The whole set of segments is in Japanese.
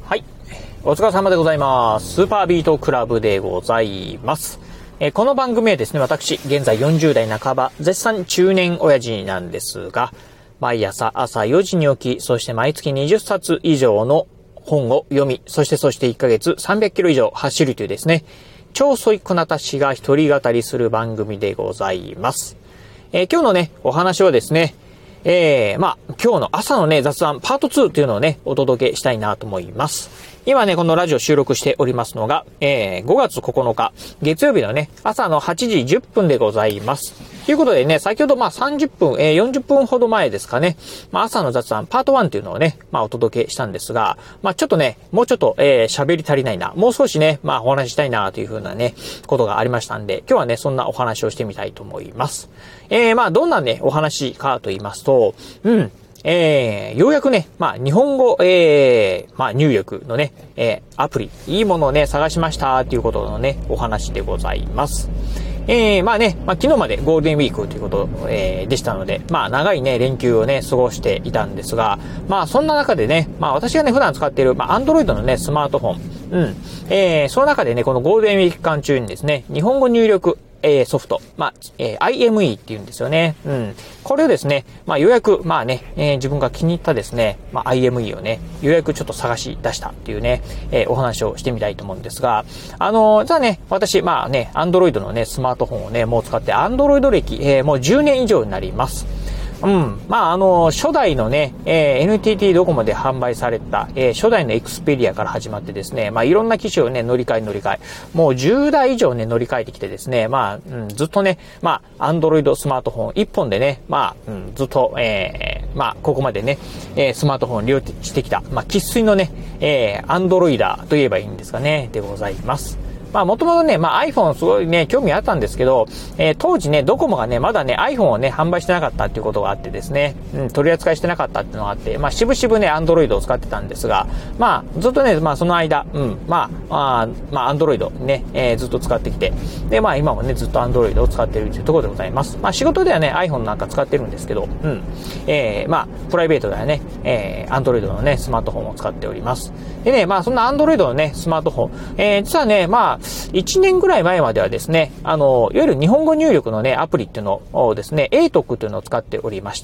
はい。お疲れ様でございます。スーパービートクラブでございます。この番組はですね、私、現在40代半ば、絶賛中年親父なんですが、毎朝4時に起き、そして毎月20冊以上の本を読み、そして1ヶ月300キロ以上走るというですね、超ソイコな私が一人語りする番組でございます。今日のね、お話はですね、今日の朝のね、雑談パート2というのをね、お届けしたいなと思います。今ね、このラジオ収録しておりますのが、5月9日、月曜日のね、朝の8時10分でございます。ということでね、先ほど30分、40分ほど前ですかね、朝の雑談パート1というのをね、お届けしたんですが、ちょっとね、もうちょっと、喋り足りないな、もう少しね、お話ししたいなというふうなね、ことがありましたんで、今日はね、そんなお話をしてみたいと思います。どんなね、お話かと言いますと、ようやくね、日本語、入力のね、アプリ、いいものをね、探しましたということのね、お話でございます。昨日までゴールデンウィークということ、でしたので、長いね、連休をね、過ごしていたんですが、そんな中でね、私がね、普段使っている、Android のね、スマートフォン、その中でね、このゴールデンウィーク期間中にですね、日本語入力、ソフト、IME っていうんですよね。これをですね、ようやく、自分が気に入ったですね、IME をね、ようやくちょっと探し出したっていうね、お話をしてみたいと思うんですが、じゃあね、私、Android のね、スマートフォンをね、もう使って、Android 歴、もう10年以上になります。初代のね、NTT ドコモで販売された、初代のエクスペリアから始まってですね、いろんな機種をね、乗り換え、もう10台以上ね、乗り換えてきてですね、ずっとね、Android スマートフォン1本でね、ずっと、ここまでね、スマートフォンを利用してきた、生粋のね、Androider と言えばいいんですかね、でございます。もともとね、iPhone すごいね、興味あったんですけど、当時ね、ドコモがね、まだね、iPhone をね、販売してなかったっていうことがあってですね、取り扱いしてなかったっていうのがあって、しぶしぶね、Android を使ってたんですが、ずっとね、その間、Android ね、ずっと使ってきて、で、今もね、ずっと Android を使っているというところでございます。仕事ではね、iPhone なんか使ってるんですけど、プライベートではね、Android のね、スマートフォンを使っております。でね、そんな Android のね、スマートフォン、実はね、1年ぐらい前まではですね、いわゆる日本語入力のね、アプリっていうのをですね、ATOC っていうのを使っておりました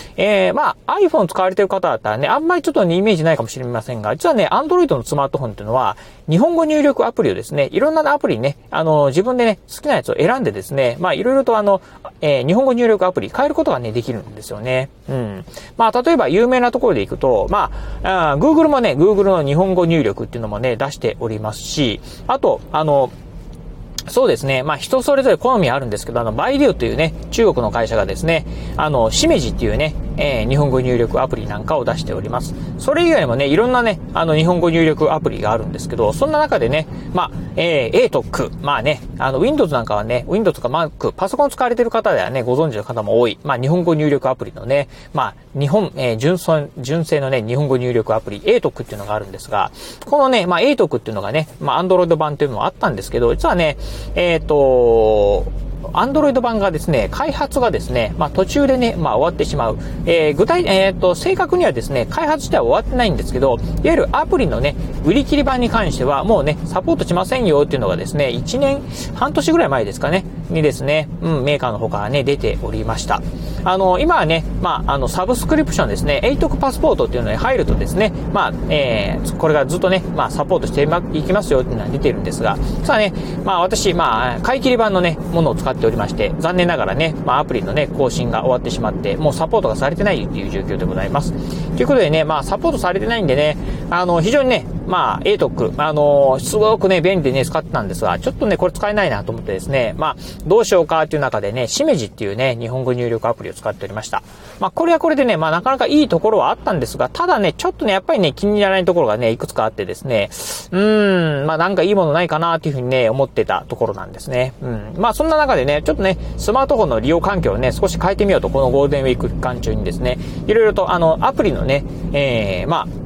。iPhone 使われている方だったらね、あんまりちょっとね、イメージないかもしれませんが、実はね、Android のスマートフォンっていうのは、日本語入力アプリをですね、いろんなアプリね、自分でね、好きなやつを選んでですね、いろいろと日本語入力アプリ変えることがね、できるんですよね。例えば有名なところでいくと、Google もね、Google の日本語入力っていうのもね、出しておりますし、あと、そうですね。人それぞれ好みあるんですけど、バイデューというね、中国の会社がですね、しめじっていうね、日本語入力アプリなんかを出しております。それ以外もね、いろんなね、日本語入力アプリがあるんですけど、そんな中でね、ATOC、Windows なんかはね、Windows とか Mac、パソコン使われている方ではね、ご存知の方も多い、日本語入力アプリのね、純正のね、日本語入力アプリ、ATOC っていうのがあるんですが、このね、ATOC っていうのがね、Android 版っていうのもあったんですけど、実はね、Android 版がですね、開発がですね、途中でね、終わってしまう。正確にはですね、開発自体は終わってないんですけど、いわゆるアプリのね、売り切り版に関しては、もうね、サポートしませんよっていうのがですね、半年ぐらい前ですかね、にですね、メーカーの方からね、出ておりました。今はね、サブスクリプションですね、ATOCパスポートっていうのに入るとですね、これがずっとね、サポートしていきますよっていうのは出てるんですが、さあね、私、買い切り版のね、ものを使っておりまして、残念ながらね、アプリのね、更新が終わってしまって、もうサポートがされてないっていう状況でございます。ということでね、サポートされてないんでね、非常にね、ATOC、すごくね、便利でね、使ってたんですが、ちょっとね、これ使えないなと思ってですね、どうしようかっていう中でね、しめじっていうね、日本語入力アプリを使っておりました。これはこれでね、なかなかいいところはあったんですが、ただね、ちょっとね、やっぱりね、気に入らないところがね、いくつかあってですね、なんかいいものないかなっていうふうにね、思ってたところなんですね。そんな中でね、ちょっとね、スマートフォンの利用環境をね、少し変えてみようと、このゴールデンウィーク期間中にですね、いろいろとアプリのね、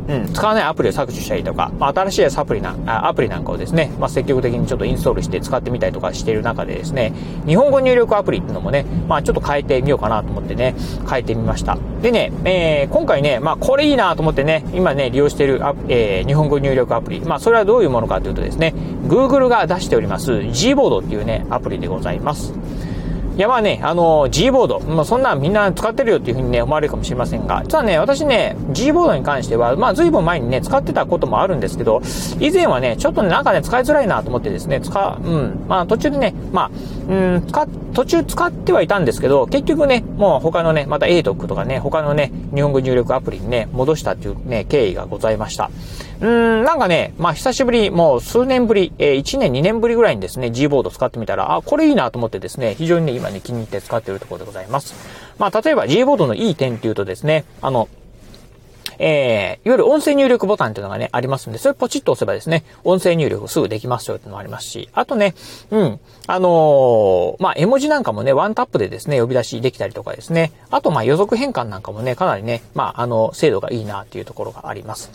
使わないアプリを削除したりとか、新しいアプリなんかをですね、積極的にちょっとインストールして使ってみたりとかしている中でですね、日本語入力アプリっていうのもね、ちょっと変えてみようかなと思ってね、変えてみました。でね、今回ね、これいいなと思ってね、今ね、利用している日本語入力アプリ。それはどういうものかというとですね、Google が出しております、Gboard っていうね、アプリでございます。いやGboard、そんなみんな使ってるよっていうふうにね、思われるかもしれませんが、実はね、私ね、Gboard に関しては、随分前にね、使ってたこともあるんですけど、以前はね、ちょっとね、なんかね、使いづらいなと思ってですね、途中でね、途中使ってはいたんですけど、結局ね、もう他のね、また ATOC とかね、他のね、日本語入力アプリにね、戻したっていうね、経緯がございました。なんかね、久しぶり、もう数年ぶり、1年2年ぶりぐらいにですね、Gboard 使ってみたら、これいいなと思ってですね、非常にね、今ね、気に入って使っているところでございます。例えば Gboard のいい点っていうとですね、いわゆる音声入力ボタンっていうのがね、ありますんで、それポチッと押せばですね、音声入力すぐできますよっていうのもありますし、あとね、絵文字なんかもね、ワンタップでですね、呼び出しできたりとかですね、あと予測変換なんかもね、かなりね、精度がいいなっていうところがあります。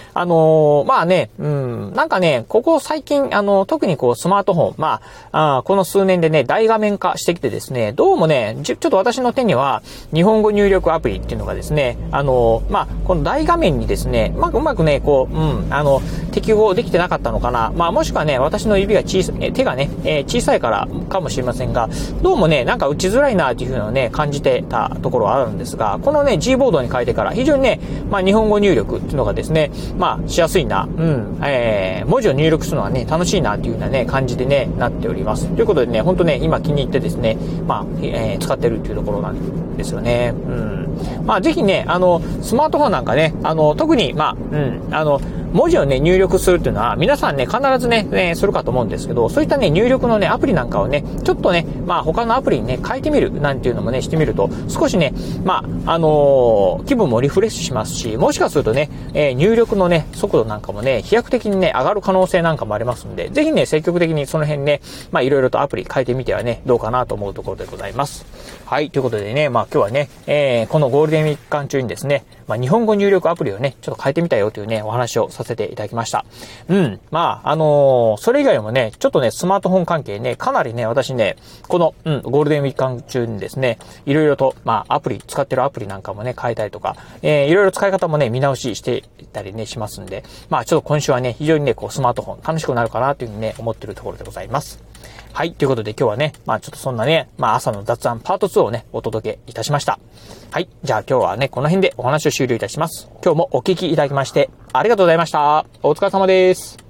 なんかね、ここ最近、特にこうスマートフォン、この数年でね、大画面化してきてですね、どうもね、ちょっと私の手には、日本語入力アプリっていうのがですね、この大画面にですね、うまくね、適合できてなかったのかな。もしくはね、私の手がね、小さいからかもしれませんが、どうもね、なんか打ちづらいなっていうふうなね、感じてたところはあるんですが、このね、Gboard に変えてから、非常にね、日本語入力っていうのがですね、しやすいな、文字を入力するのはね、楽しいなっていうようなね、感じでね、なっております。ということでね、ほんとね、今気に入ってですね、使ってるっていうところなんですよね。ぜひね、スマートフォンなんかね、特に、文字をね、入力するっていうのは、皆さんね、必ずね、するかと思うんですけど、そういったね、入力のね、アプリなんかをね、ちょっとね、他のアプリにね、変えてみるなんていうのもね、してみると、少しね、気分もリフレッシュしますし、もしかするとね、入力のね、速度なんかもね、飛躍的にね、上がる可能性なんかもありますんで、ぜひね、積極的にその辺ね、いろいろとアプリ変えてみてはね、どうかなと思うところでございます。はい、ということでね、今日はね、このゴールデンウィーク期間中にですね、日本語入力アプリをね、ちょっと変えてみたよというね、お話をさせていただきました。それ以外もね、ちょっとね、スマートフォン関係ね、かなりね、私ね、この、ゴールデンウィーク期間中にですね、いろいろと、使ってるアプリなんかもね、変えたりとか、いろいろ使い方もね、見直ししていたりね、しますんで、ちょっと今週はね、非常にね、スマートフォン楽しくなるかなというふうにね、思っているところでございます。はい。ということで今日はね、ちょっとそんなね、朝の雑談パート2をね、お届けいたしました。はい。じゃあ今日はね、この辺でお話を終了いたします。今日もお聞きいただきまして、ありがとうございました。お疲れ様です。